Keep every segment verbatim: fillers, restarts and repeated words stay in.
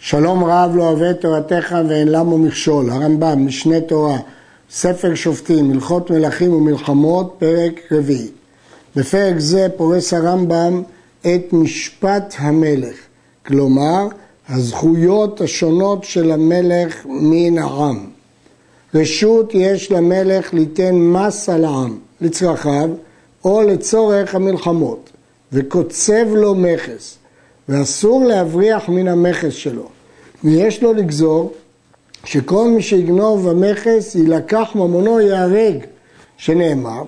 שלום רב לא אוהב תורתך ואין למו מכשול. הרמב"ם, משנה תורה, ספר שופטים, הלכות מלכים ומלחמות, פרק רביעי. בפרק זה פורס הרמב"ם את משפט המלך, כלומר הזכויות השונות של המלך מן העם. רשות יש למלך ליתן מס על העם, לצרכיו או לצורך המלחמות, וקוצב לו מכס, ואסור להבריח מן המכס שלו. ויש לו לגזור שכל מי שיגנוב המכס ילקח ממונו ייהרג, שנאמר,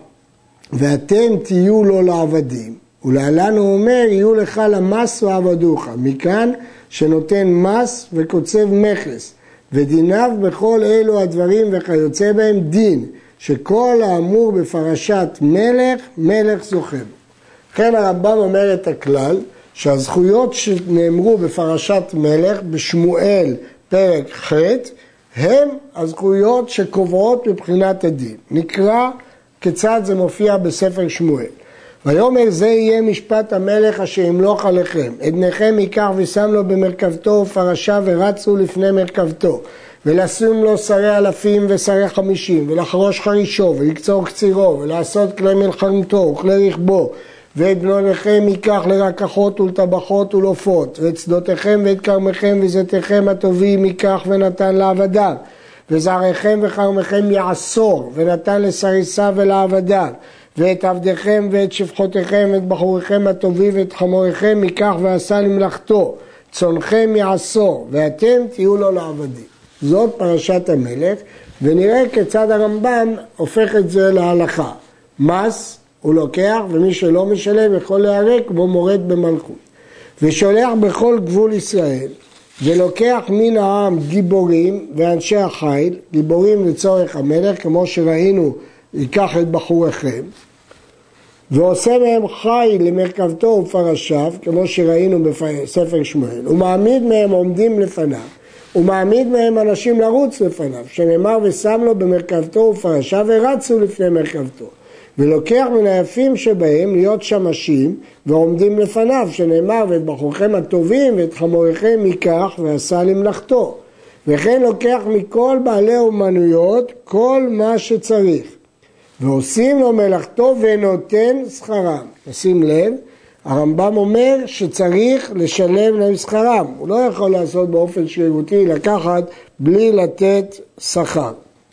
ואתם תהיו לו לעבדים. ולהלן הוא אומר, יהיו לך למס ועבדוך. מכאן שנותן מס וקוצב מכס, ודיניו בכל אלו הדברים וכיוצא בהם דין, שכל האמור בפרשת מלך, מלך זוכה בו. לכן הרמב"ם אומר את הכלל, שהזכויות שנאמרו בפרשת מלך, בשמואל פרק ח', הם הזכויות שקובעות מבחינת הדין. נקרא כיצד זה מופיע בספר שמואל. ויאמר זה יהיה משפט המלך אשר ימלוך עליכם. עדניכם ייקח ושם לו במרכבתו ופרשיו ורצו לפני מרכבתו. ולשים לו שרי אלפים ושרי חמישים, ולחרוש חרישו ולקצור קצירו, ולעשות כלי מלחמתו וכלי רכבו. ואת בנותיכם ייקח לרקחות ולטבחות ולעופות, ואת שדותיכם ואת כרמכם וזיתיכם הטובים ייקח ונתן לעבדיו, וזרעיכם וכרמכם יעשור ונתן לסריסיו ולעבדיו, ואת עבדיכם ואת שפחותיכם ואת בחוריכם הטובים ואת חמוריכם ייקח ועשה למלאכתו, צונכם יעשור ואתם תהיו לו לעבדים. זאת פרשת המלך, ונראה כיצד הרמב"ם הופך את זה להלכה. מס הוא לוקח, ומי שלא משלם יכול להיהרג כמו מורד במלכות. ושולח בכל גבול ישראל, ולוקח מן העם גיבורים ואנשי החיל, גיבורים לצורך המלך, כמו שראינו, ייקח את בחוריכם, ועושה מהם חיל למרכבתו ופרשיו, כמו שראינו בספר שמואל, ומעמיד מהם עומדים לפניו, ומעמיד מהם אנשים לרוץ לפניו, שנאמר ושם לו במרכבתו ופרשיו ורצו לפני מרכבתו. ולוקח מן היפים שבהם להיות שמשים ועומדים לפניו, שנאמר ואת בחוריכם הטובים ואת חמוריכם ייקח ועשה למלאכתו. וכן לוקח מכל בעלי אומנויות כל מה שצריך, ועושים לו מלאכתו ונותן שכרם. נשים לב, הרמב"ם אומר שצריך לשלם להם שכרם, הוא לא יכול לעשות באופן שרירותי, לקחת בלי לתת שכר.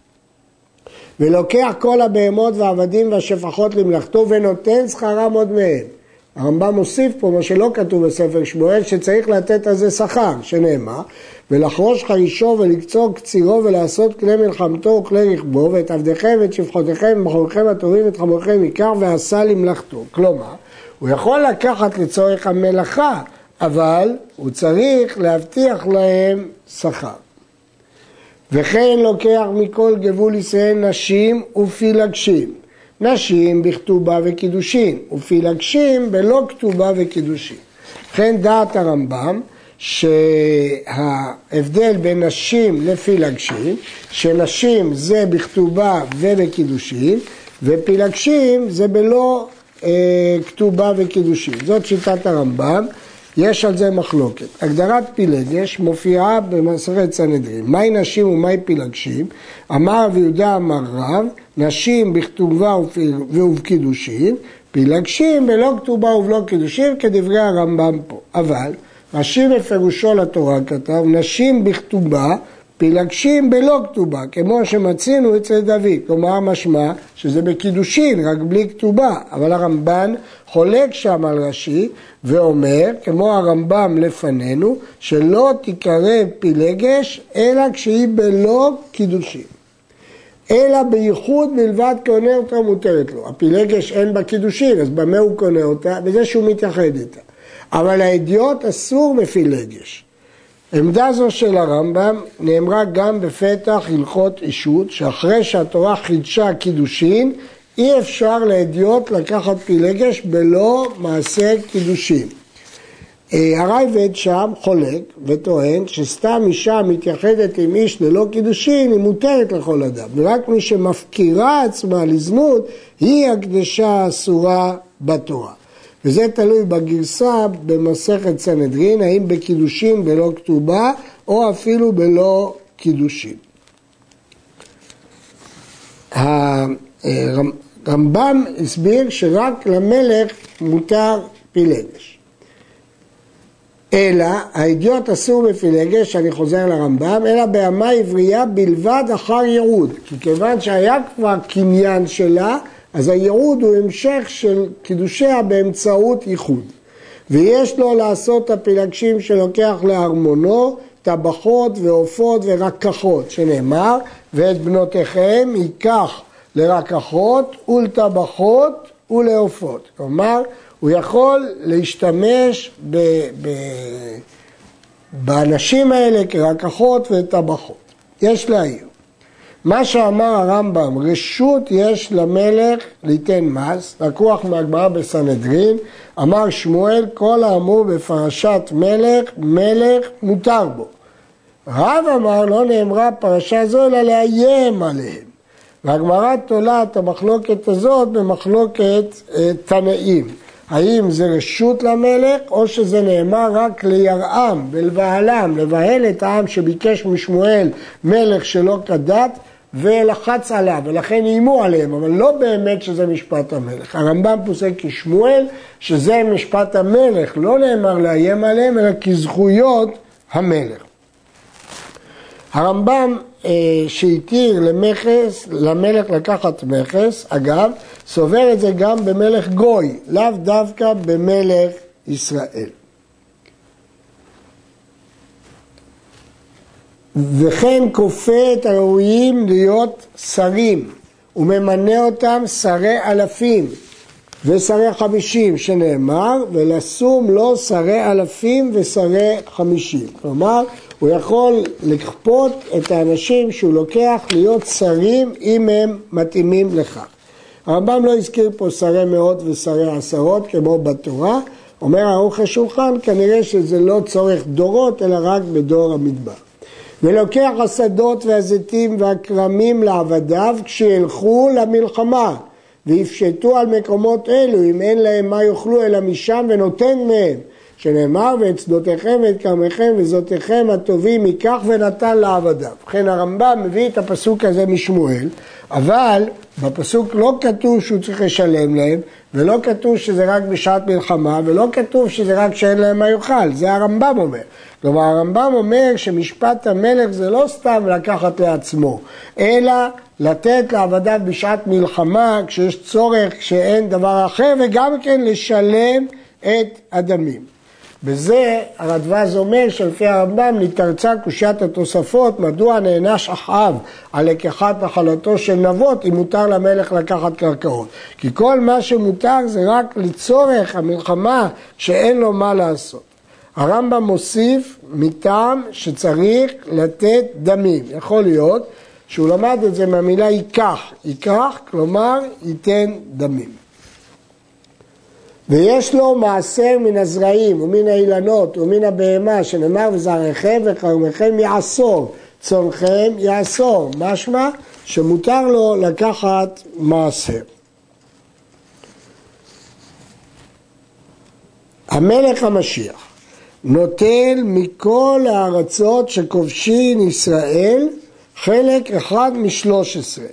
ולוקח כל הבהמות והעבדים והשפחות למלאכתו ונותן שכרם עוד מהם. הרמב"ם מוסיף פה מה שלא כתוב בספר שמואל, שצריך לתת על זה שכר, שנאמר, ולחרוש חרישו ולקצור קצירו ולעשות כלי מלחמתו וכלי רכבו, ואת עבדיכם ואת שפחותיכם ובחוריכם הטובים ואת חמוריכם ייקח ועשה למלאכתו. כלומר, הוא יכול לקחת לצורך המלאכה, אבל הוא צריך להבטיח להם שכר. וכן לוקח מכל גבול ישראל נשים ופילגשים. נשים בכתובה וקידושין, ופילגשים בלא כתובה וקידושין. לכן דעת הרמב"ם שההבדל בין נשים לפילגשים, שנשים זה בכתובה ובקידושין, ופילגשים זה בלא אה, כתובה וקידושין. זאת שיטת הרמב"ם. יש על זה מחלוקת. הגדרת פילגש מופיעה במסכת סנהדרין. מהי נשים ומהי פילגשים? אמר רבי יהודה אמר רב, נשים בכתובה ובקידושין, פילגשים בלא כתובה ובלא קידושין, כדברי הרמב"ם פה. אבל רש"י בפירושו לתורה כתב, נשים בכתובה, פילגשים בלא כתובה, כמו שמצינו אצל דוד. כלומר משמע שזה בקידושין, רק בלי כתובה. אבל הרמב"ן חולק שם על רש"י ואומר, כמו הרמב"ם לפנינו, שלא תיקרא פילגש אלא כשהיא בלא קידושין. אלא בייחוד מלבד קונה אותה מותרת לו. הפילגש אין בה קידושין, אז במה הוא קונה אותה? בזה שהוא מתייחד איתה. אבל האדיוט אסור מפילגש. עמדה זו של הרמב"ם נאמרה גם בפתח הלכות אישות, שאחרי שהתורה חידשה קידושין, אי אפשר לאדיוט לקחת פילגש בלא מעשה קידושין. הרייבד שם חולק וטוען שסתם אישה מתייחדת עם איש ללא קידושין היא מותרת לכל אדם, ורק מי שמפקירה עצמה לזנות היא הקדשה האסורה בתורה. וזה תלוי בגרסה במסכת סנהדרין, האם בקידושין ולא כתובה או אפילו בלא קידושים. הרמב"ם הסביר שרק למלך מותר פילגש. אלא, האידיוט אסור בפילגש, אני חוזר לרמב"ם, אלא בהמה עברייה בלבד אחר ייעוד. כי כיוון שהיה כבר קניין שלה, אז הייעוד הוא המשך של קידושיה באמצעות ייחוד. ויש לו לעשות הפילגשים שלוקח לארמונו, טבחות ועופות ורקחות, שנאמר, ואת בנותיכם ייקח לרקחות ולטבחות ולעופות. כלומר, הוא יכול להשתמש ב, ב, באנשים האלה כרקחות וטבחות. יש להעיר. מה שאמר הרמב"ם, רשות יש למלך ליתן מס, לקוח מהגמרא בסנהדרין, אמר שמואל, כל האמור בפרשת מלך, מלך מותר בו. רב אמר, לא נאמרה פרשה זו, אלא לאיים עליהם. והגמרא תולה את המחלוקת הזאת במחלוקת אה, תנאים. האם זה רשות למלך, או שזה נאמר רק לירעם ולבהלם, לבהל את העם שביקש משמואל מלך שלא כדת, ולחץ עליו, ולכן איימו עליהם, אבל לא באמת שזה משפט המלך. הרמב"ם פוסק כשמואל, שזה משפט המלך, לא נאמר לאיים עליהם, אלא כזכויות המלך. הרמב"ם אה, שהתיר למכס, למלך לקחת מכס, אגב, סובר את זה גם במלך גוי, לאו דווקא במלך ישראל. וכן כופה את הראויים להיות שרים, וממנה אותם שרי אלפים ושרי חמישים, שנאמר, ולשום לו שרי אלפים ושרי חמישים. כלומר, הוא יכול לכפות את האנשים שהוא לוקח להיות שרים אם הם מתאימים לכך. הרמב"ם לא הזכיר פה שרי מאות ושרי עשרות כמו בתורה, אומר ערוך השולחן, כנראה שזה לא צורך דורות אלא רק בדור המדבר. ולוקח השדות והזיתים והכרמים לעבדיו כשילכו למלחמה ויפשטו על מקומות אלו אם אין להם מה יאכלו אלא משם ונותן מהם, שנאמר ואת שדותיכם ואת כרמיכם וזאתיכם הטובים ייקח ונתן לעבדיו. לכן הרמב"ם מביא את הפסוק הזה משמואל, אבל בפסוק לא כתוב שהוא צריך לשלם להם, ולא כתוב שזה רק בשעת מלחמה, ולא כתוב שזה רק שאין להם מה יאכל, זה הרמב"ם אומר. כלומר הרמב"ם אומר שמשפט המלך זה לא סתם לקחת לעצמו, אלא לתת לעבדיו בשעת מלחמה, כשיש צורך, כשאין דבר אחר, וגם כן לשלם את הדמים. בזה הרדב"ז אומר שלפי הרמב"ם נתרצה קושיית התוספות, מדוע נענש אחאב על לקיחת נחלתו של נבות אם מותר למלך לקחת קרקעות. כי כל מה שמותר זה רק לצורך המלחמה שאין לו מה לעשות. הרמב"ם מוסיף מטעם שצריך לתת דמים. יכול להיות שהוא למד את זה מהמילה ייקח, ייקח כלומר ייתן דמים. ויש לו מעשר מן הזרעים ומן האילנות ומן הבהמה, שנאמר וזרעיכם וכרמיכם יעשור, צונכם יעשור, משמע שמותר לו לקחת מעשר. המלך המשיח נוטל מכל הארצות שכובשים ישראל חלק אחד משלוש עשרה.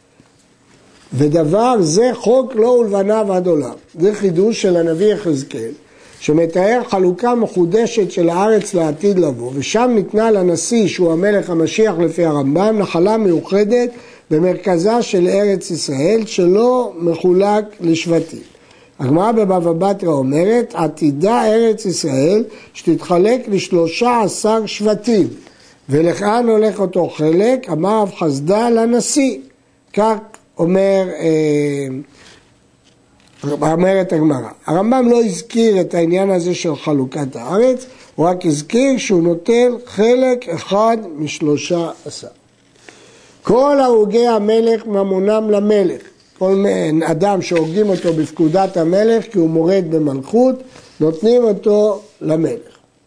ודבר זה חוק לא ולבניו עד עולם. זה חידוש של הנביא יחזקאל, שמתאר חלוקה מחודשת של הארץ לעתיד לבוא, ושם ניתנה לנשיא שהוא המלך המשיח לפי הרמב"ם, נחלה מיוחדת במרכזה של ארץ ישראל, שלא מחולק לשבטים. הגמרא בבבא בתרא אומרת, עתידה ארץ ישראל שתתחלק לשלושה עשר שבטים, ולכאן הולך אותו חלק, אמר רב חסדא לנשיא, כך אומר, אומרת הגמרא. הרמב"ם לא הזכיר את העניין הזה של חלוקת הארץ, הוא רק הזכיר שהוא נוטל חלק אחד משלושה עשר. כל הרוגי המלך ממונם למלך. כל אדם שהורגים אותו בפקודת המלך כי הוא מורד במלכות, נותנים אותו למלך.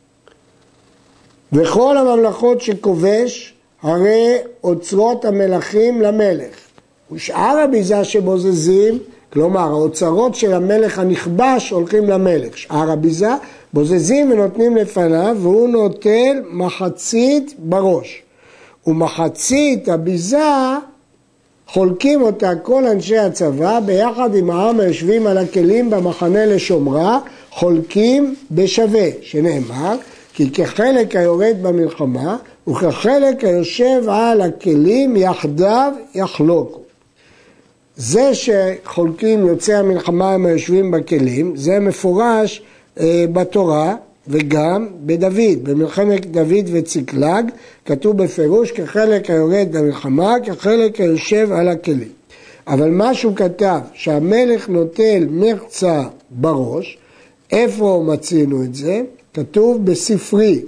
וכל הממלכות שכובש, הרי אוצרות המלכים למלך. ושאר הביזה שבוזזים, כלומר האוצרות של המלך הנכבש הולכים למלך. שאר הביזה, בוזזים ונותנים לפניו והוא נוטל מחצית בראש. ומחצית הביזה חולקים אותה כל אנשי הצבא ביחד עם העם היושבים על הכלים במחנה לשומרה, חולקים בשווה, שנאמר, כי כחלק היורד במלחמה וכחלק היושב על הכלים יחדיו יחלוקו. זה שחולקים יוצאי המלחמה הם היושבים בכלים, זה מפורש אה, בתורה וגם בדוד, במלחמת דוד וציקלג, כתוב בפירוש כחלק היורד במלחמה, כחלק היושב על הכלים. אבל מה שהוא כתב, שהמלך נוטל מרצה בראש, איפה מצינו את זה? כתוב בספרי,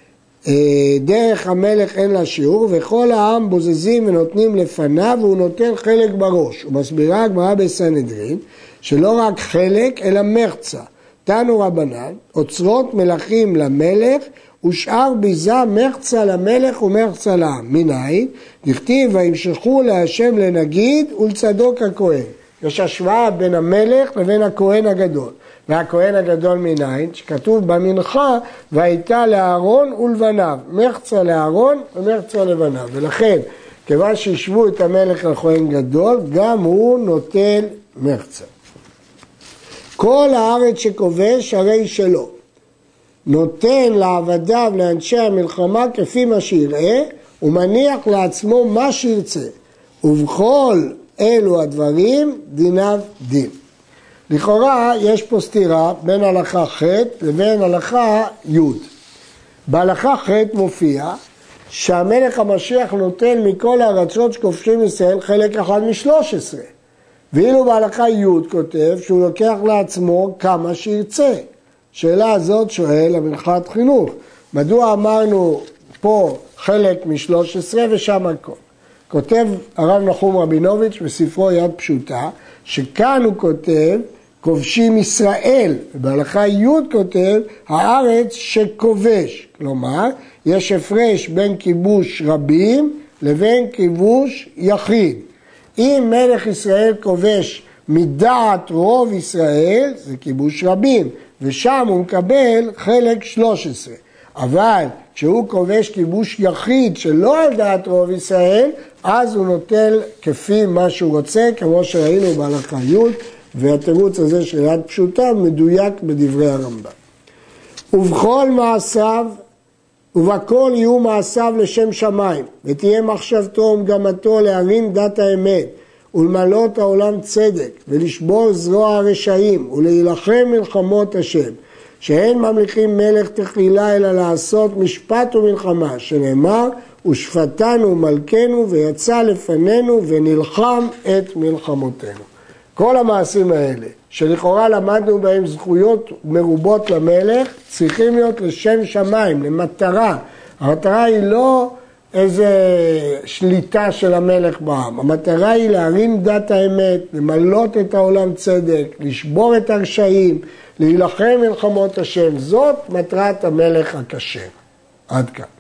דרך המלך אין לה שיעור, וכל העם בוזזים ונותנים לפניו, והוא נותן חלק בראש. ומסבירה הגמרא בסנהדרין, שלא רק חלק, אלא מרצה. תנו רבנן, אוצרות מלכים למלך, ושאר ביזה מרצה למלך ומרצה לעם. מנין? דכתיב, וימשכו להשם לנגיד ולצדוק הכהן. יש השוואה בין המלך לבין הכהן הגדול. והכהן הגדול מנין, שכתוב במנחה, והייתה לאהרון ולבניו, מרצה לאהרון ומרצה לבניו. ולכן, כיוון שישבו את המלך לכהן גדול, גם הוא נוטל מרצה. כל הארץ שכובש הרי שלו, נותן לעבדיו לאנשי המלחמה כפי מה שיראה, ומניח לעצמו מה שירצה. ובכל אלו הדברים דיניו דין. לכאורה יש פה סתירה בין הלכה ח' לבין הלכה י'. בהלכה ח' מופיע שהמלך המשיח נותן מכל הארצות שכובשים ישראל חלק אחד משלוש עשרה. ואילו בהלכה י' כותב שהוא לוקח לעצמו כמה שירצה. שאלה הזאת שואל המנחת חינוך. מדוע אמרנו פה חלק משלוש עשרה ושם הכל? כותב הרב נחום רבינוביץ' בספרו יד פשוטה, שכאן הוא כותב כובשים ישראל, ובהלכה י' כותב הארץ שכובש. כלומר, יש הפרש בין כיבוש רבים לבין כיבוש יחיד. אם מלך ישראל כובש מדעת רוב ישראל, זה כיבוש רבים, ושם הוא מקבל חלק שלוש עשרה. אבל כשהוא כובש כיבוש יחיד שלא על דעת רוב ישראל, אז הוא נוטל כפי מה שהוא רוצה, כמו שראינו בהלכה י', והתירוץ הזה של יד פשוטה מדויק בדברי הרמב"ם. ובכל מעשיו, ובכל יהיו מעשיו לשם שמיים, ותהיה מחשבתו ומגמתו להרים דת האמת, ולמלות העולם צדק, ולשבור זרוע הרשעים, ולהילחם מלחמות השם, שאין ממליכים מלך תחילה אלא לעשות משפט ומלחמה, שנאמר, ושפטנו מלכנו ויצא לפנינו ונלחם את מלחמותינו. כל המעשים האלה, שלכאורה למדנו בהם זכויות מרובות למלך, צריכים להיות לשם שמיים, למטרה. המטרה היא לא איזו שליטה של המלך בעם. המטרה היא להרים דת האמת, למלות את העולם צדק, לשבור את הרשעים, להילחם מלחמות השם. זאת מטרת המלך הכשר. עד כאן.